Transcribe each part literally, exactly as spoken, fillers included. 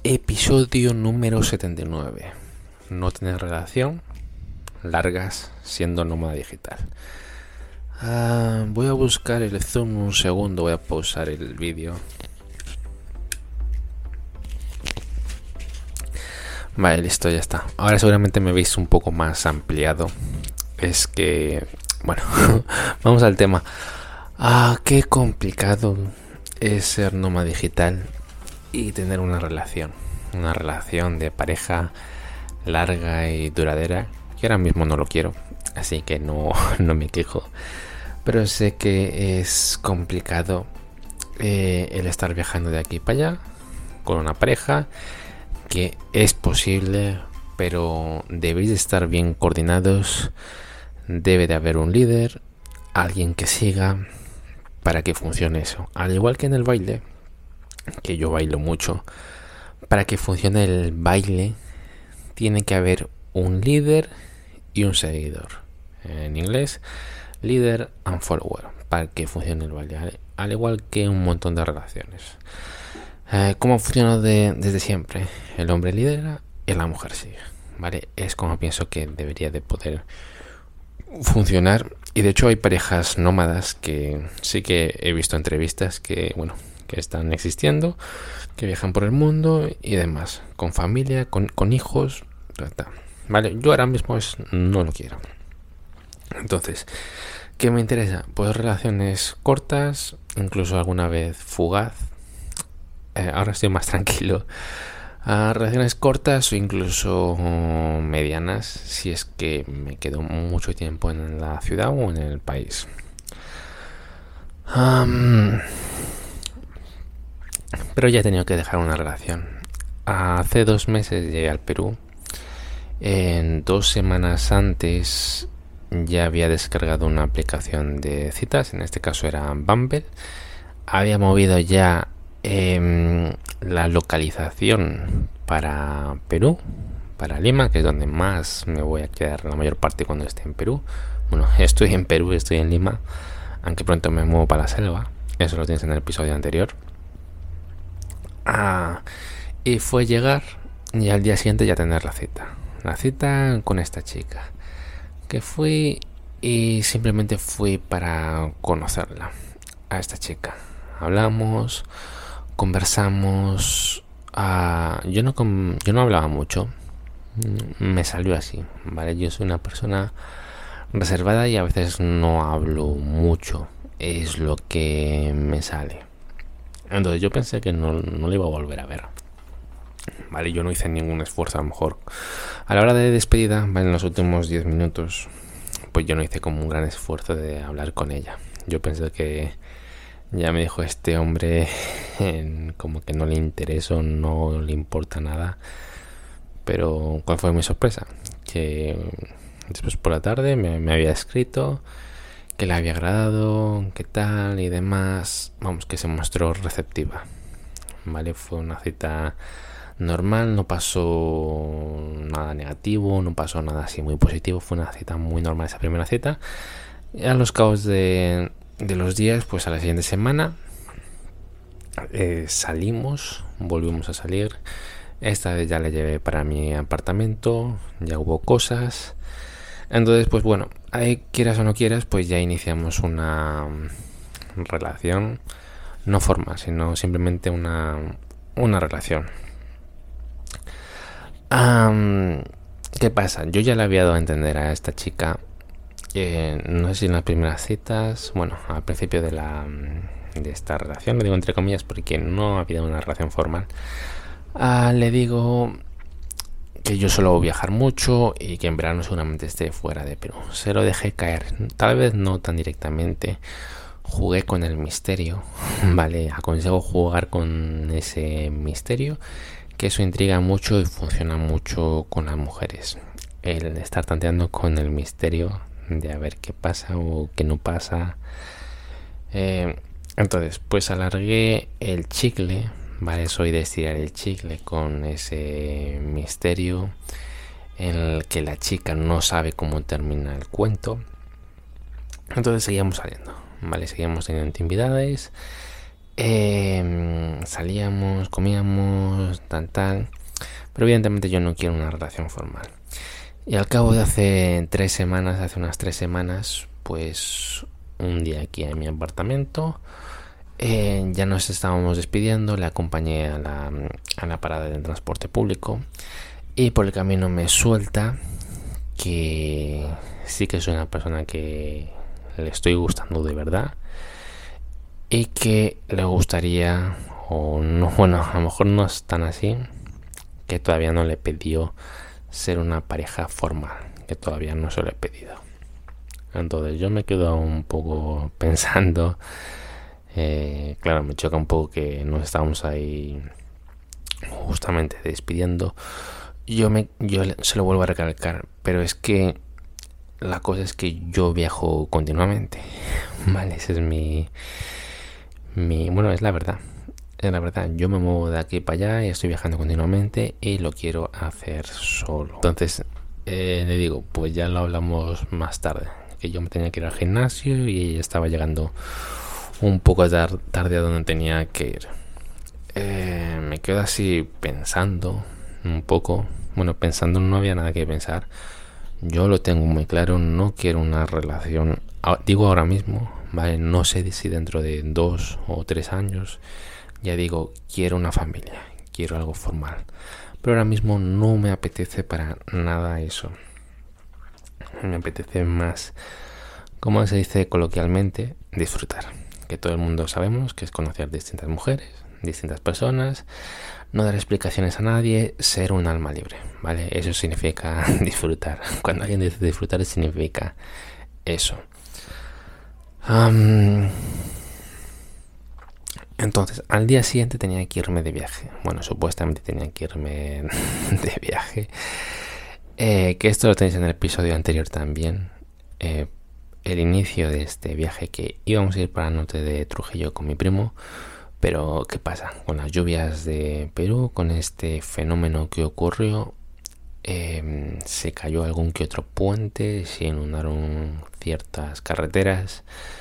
Episodio número setenta y nueve. No tener relación, largas siendo nómada digital. Uh, voy a buscar el zoom un segundo, voy a pausar el vídeo. Vale, listo, ya está. Ahora seguramente me veis un poco más ampliado. Es que, bueno, vamos al tema. Ah, qué complicado es ser nómada digital y tener una relación. Una relación de pareja larga y duradera. Que ahora mismo no lo quiero, así que no, no me quejo. Pero sé que es complicado eh, el estar viajando de aquí para allá con una pareja. Que es posible, pero debéis estar bien coordinados. Debe de haber un líder, alguien que siga para que funcione eso. Al igual que en el baile, que yo bailo mucho, para que funcione el baile tiene que haber un líder y un seguidor. En inglés, leader and follower, para que funcione el baile. Al igual que un montón de relaciones. Eh, ¿Cómo funciona de, desde siempre? El hombre lidera y la mujer sigue, ¿vale? Es como pienso que debería de poder funcionar. Y de hecho hay parejas nómadas que sí que he visto entrevistas que, bueno, que están existiendo, que viajan por el mundo y demás, con familia, con, con hijos, ¿vale? Yo ahora mismo es, no lo quiero. Entonces, ¿qué me interesa? Pues relaciones cortas, incluso alguna vez fugaz. Eh, ahora estoy más tranquilo. A relaciones cortas o incluso medianas, si es que me quedo mucho tiempo en la ciudad o en el país. Um, pero ya he tenido que dejar una relación. Hace dos meses llegué al Perú. En dos semanas antes ya había descargado una aplicación de citas. En este caso era Bumble. Había movido ya Eh, la localización para Perú, para Lima, que es donde más me voy a quedar la mayor parte cuando esté en Perú. Bueno, estoy en Perú, estoy en Lima, aunque pronto me muevo para la selva. Eso lo tienes en el episodio anterior. Ah, y fue llegar y al día siguiente ya tener la cita. La cita con esta chica. Que fui y simplemente fui para conocerla, a esta chica. Hablamos, conversamos. Uh, yo no com- yo no hablaba mucho. Me salió así, ¿vale? Yo soy una persona reservada y a veces no hablo mucho. Es lo que me sale. Entonces yo pensé que no, no le iba a volver a ver. Vale, yo no hice ningún esfuerzo. A lo mejor a la hora de despedida, vale, en los últimos diez minutos, pues yo no hice como un gran esfuerzo de hablar con ella. Yo pensé que ya me dijo este hombre como que no le intereso, no le importa nada. Pero ¿cuál fue mi sorpresa? Que después por la tarde me, me había escrito que le había agradado, qué tal y demás. Vamos, que se mostró receptiva. Vale, fue una cita normal, no pasó nada negativo, no pasó nada así muy positivo. Fue una cita muy normal esa primera cita. Y a los cabos de... de los días, pues a la siguiente semana eh, salimos, volvimos a salir. Esta vez ya le llevé para mi apartamento, ya hubo cosas. Entonces, pues bueno, ahí quieras o no quieras, pues ya iniciamos una relación, no formal, sino simplemente una, una relación. Um, ¿Qué pasa? Yo ya le había dado a entender a esta chica. Eh, no sé si en las primeras citas, bueno, al principio de la de esta relación, lo digo entre comillas porque no ha habido una relación formal, ah, le digo que yo suelo viajar mucho y que en verano seguramente esté fuera de Perú. Se lo dejé caer, tal vez no tan directamente. Jugué con el misterio, vale, aconsejo jugar con ese misterio, que eso intriga mucho y funciona mucho con las mujeres. El estar tanteando con el misterio de a ver qué pasa o qué no pasa. Eh, entonces, pues alargué el chicle, ¿vale? Soy de estirar el chicle con ese misterio en el que la chica no sabe cómo termina el cuento. Entonces seguíamos saliendo, ¿vale? Seguíamos teniendo intimidades. Eh, salíamos, comíamos, tal, tal. Pero evidentemente yo no quiero una relación formal. Y al cabo de hace tres semanas, hace unas tres semanas, pues un día aquí en mi apartamento, eh, ya nos estábamos despidiendo, le acompañé a la, a la parada del transporte público y por el camino me suelta que sí que soy una persona que le estoy gustando de verdad y que le gustaría, o no, bueno, a lo mejor no es tan así, que todavía no le pidió ser una pareja formal, que todavía no se lo he pedido. Entonces yo me quedo un poco pensando, eh, claro, me choca un poco que nos estábamos ahí justamente despidiendo. Yo me yo se lo vuelvo a recalcar, pero es que la cosa es que yo viajo continuamente, vale, ese es mi mi bueno, es la verdad. Es la verdad, yo me muevo de aquí para allá y estoy viajando continuamente y lo quiero hacer solo. Entonces eh, le digo, pues ya lo hablamos más tarde, que yo me tenía que ir al gimnasio y ella estaba llegando un poco tarde a donde tenía que ir. Eh, me quedo así pensando un poco. Bueno, pensando no había nada que pensar. Yo lo tengo muy claro, no quiero una relación, digo ahora mismo, vale, no sé si dentro de dos o tres años. Ya digo, quiero una familia, quiero algo formal. Pero ahora mismo no me apetece para nada eso. Me apetece más, como se dice coloquialmente, disfrutar. Que todo el mundo sabemos que es conocer distintas mujeres, distintas personas, no dar explicaciones a nadie, ser un alma libre, ¿vale? Eso significa disfrutar. Cuando alguien dice disfrutar significa eso. Um, Entonces, al día siguiente tenía que irme de viaje. Bueno, supuestamente tenía que irme de viaje. Eh, que esto lo tenéis en el episodio anterior también. Eh, el inicio de este viaje, que íbamos a ir para el norte de Trujillo con mi primo. Pero, ¿qué pasa? Con las lluvias de Perú, con este fenómeno que ocurrió, eh, se cayó algún que otro puente, se inundaron ciertas carreteras.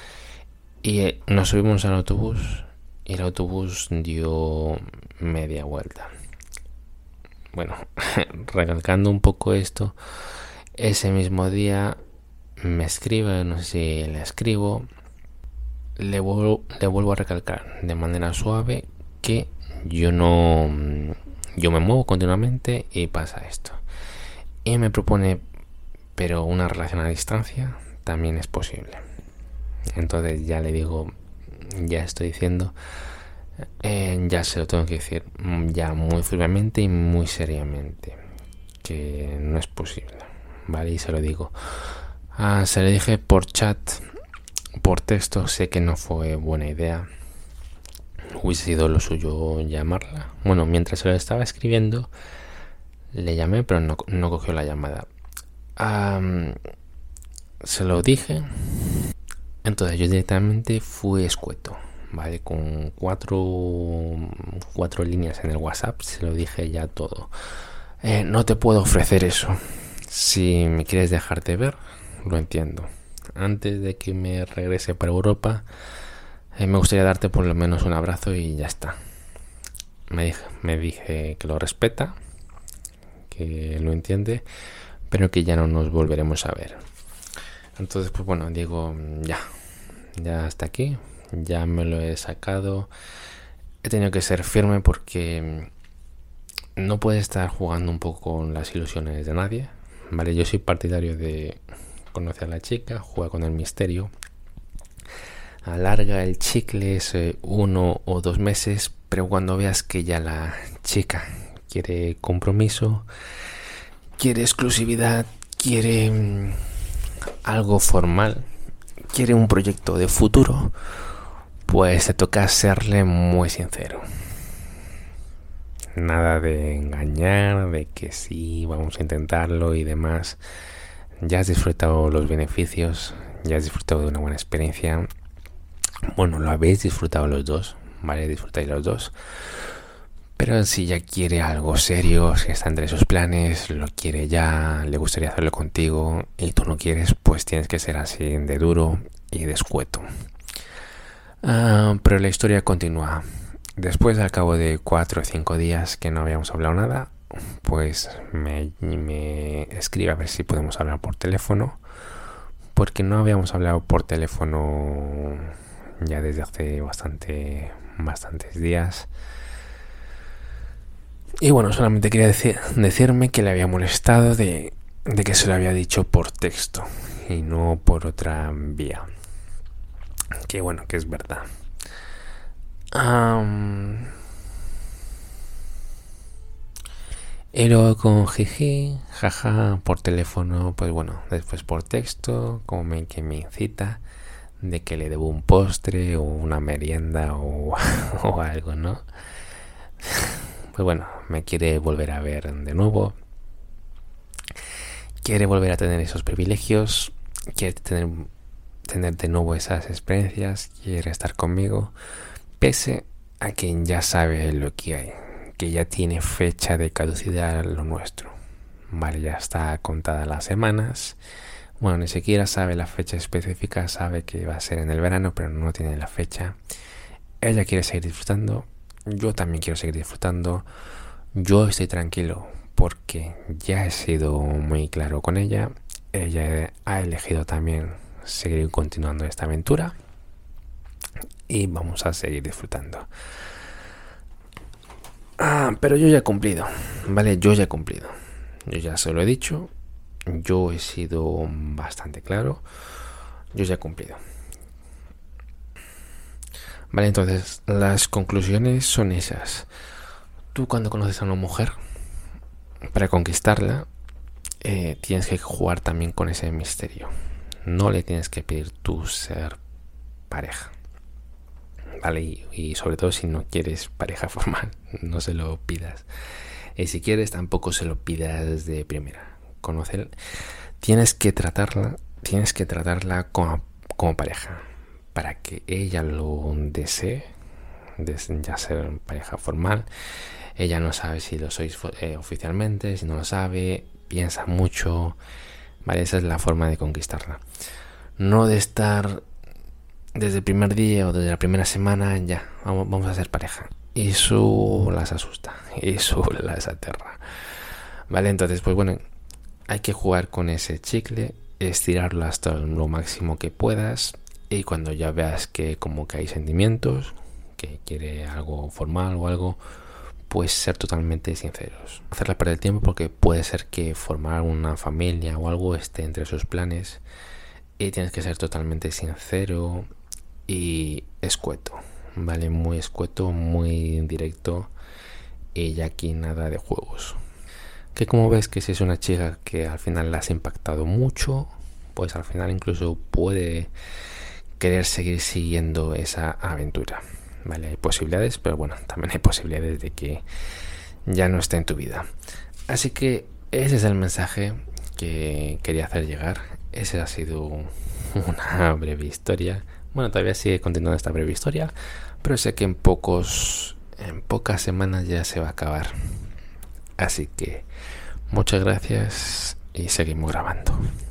Y eh, nos subimos al autobús. Y el autobús dio media vuelta. Bueno, recalcando un poco esto, ese mismo día me escribe, no sé si le escribo, le vuelvo, le vuelvo a recalcar de manera suave que yo no, yo me muevo continuamente y pasa esto. Y me propone, pero una relación a distancia también es posible. Entonces ya le digo, ya estoy diciendo, eh, ya se lo tengo que decir ya muy firmemente y muy seriamente, que no es posible, ¿vale? Y se lo digo. Ah, se lo dije por chat, por texto, sé que no fue buena idea. Hubiese sido lo suyo llamarla. Bueno, mientras se lo estaba escribiendo, le llamé, pero no, no cogió la llamada. Ah, se lo dije. Entonces yo directamente fui escueto, ¿vale? Con cuatro, cuatro líneas en el WhatsApp se lo dije ya todo. Eh, no te puedo ofrecer eso. Si me quieres dejarte ver, lo entiendo. Antes de que me regrese para Europa, eh, me gustaría darte por lo menos un abrazo y ya está. Me dije, me dije que lo respeta, que lo entiende, pero que ya no nos volveremos a ver. Entonces, pues bueno, digo, ya, ya hasta aquí, ya me lo he sacado. He tenido que ser firme porque no puedes estar jugando un poco con las ilusiones de nadie, ¿vale? Yo soy partidario de conocer a la chica, juega con el misterio, alarga el chicle ese uno o dos meses, pero cuando veas que ya la chica quiere compromiso, quiere exclusividad, quiere mmm, algo formal, quiere un proyecto de futuro, pues te toca serle muy sincero. Nada de engañar, de que sí, vamos a intentarlo y demás. Ya has disfrutado los beneficios, ya has disfrutado de una buena experiencia. Bueno, lo habéis disfrutado los dos, ¿vale? Disfrutáis los dos. Pero si ya quiere algo serio, si está entre sus planes, lo quiere ya, le gustaría hacerlo contigo y tú no quieres, pues tienes que ser así de duro y de escueto. Uh, pero la historia continúa. Después, al cabo de cuatro o cinco días que no habíamos hablado nada, pues me, me escribe a ver si podemos hablar por teléfono, porque no habíamos hablado por teléfono ya desde hace bastante, bastantes días. Y bueno, solamente quería decir, decirme que le había molestado de, de que se lo había dicho por texto y no por otra vía. Que bueno, que es verdad. Um, y luego con jiji, jaja, por teléfono, pues bueno, después por texto, como me, que me incita de que le debo un postre o una merienda o, o algo, ¿no? Pues bueno, me quiere volver a ver de nuevo, quiere volver a tener esos privilegios, quiere tener, tener de nuevo esas experiencias, quiere estar conmigo, pese a que ya sabe lo que hay, que ya tiene fecha de caducidad lo nuestro. Vale, ya está contadas las semanas. Bueno, ni siquiera sabe la fecha específica, sabe que va a ser en el verano, pero no tiene la fecha. Ella quiere seguir disfrutando, yo también quiero seguir disfrutando. Yo estoy tranquilo porque ya he sido muy claro con ella. Ella ha elegido también seguir continuando esta aventura y vamos a seguir disfrutando. Ah, pero yo ya he cumplido, ¿vale? Yo ya he cumplido. Yo ya se lo he dicho. Yo he sido bastante claro. Yo ya he cumplido. Vale, entonces las conclusiones son esas. Tú cuando conoces a una mujer, para conquistarla, eh, tienes que jugar también con ese misterio. No le tienes que pedir tú ser pareja. Vale, y, y sobre todo si no quieres pareja formal, no se lo pidas. Y si quieres, tampoco se lo pidas de primera. Conocer, tienes que tratarla, tienes que tratarla como, como pareja, para que ella lo desee, ya ser pareja formal. Ella no sabe si lo sois eh, oficialmente, si no lo sabe, piensa mucho. Vale, esa es la forma de conquistarla. No de estar desde el primer día o desde la primera semana, ya, vamos, vamos a ser pareja. Eso las asusta, eso las aterra. Vale, entonces, pues bueno, hay que jugar con ese chicle, estirarlo hasta lo máximo que puedas. Y cuando ya veas que como que hay sentimientos, que quiere algo formal o algo, pues ser totalmente sinceros. Hacerla perder el tiempo, porque puede ser que formar una familia o algo esté entre sus planes. Y tienes que ser totalmente sincero y escueto, ¿vale? Muy escueto, muy directo. Y ya aquí nada de juegos. Que como ves que si es una chica que al final la has impactado mucho, pues al final incluso puede querer seguir siguiendo esa aventura. Vale, hay posibilidades, pero bueno, también hay posibilidades de que ya no esté en tu vida. Así que ese es el mensaje que quería hacer llegar. Ese ha sido una breve historia. Bueno, todavía sigue continuando esta breve historia, pero sé que en pocos, en pocas semanas ya se va a acabar. Así que muchas gracias y seguimos grabando.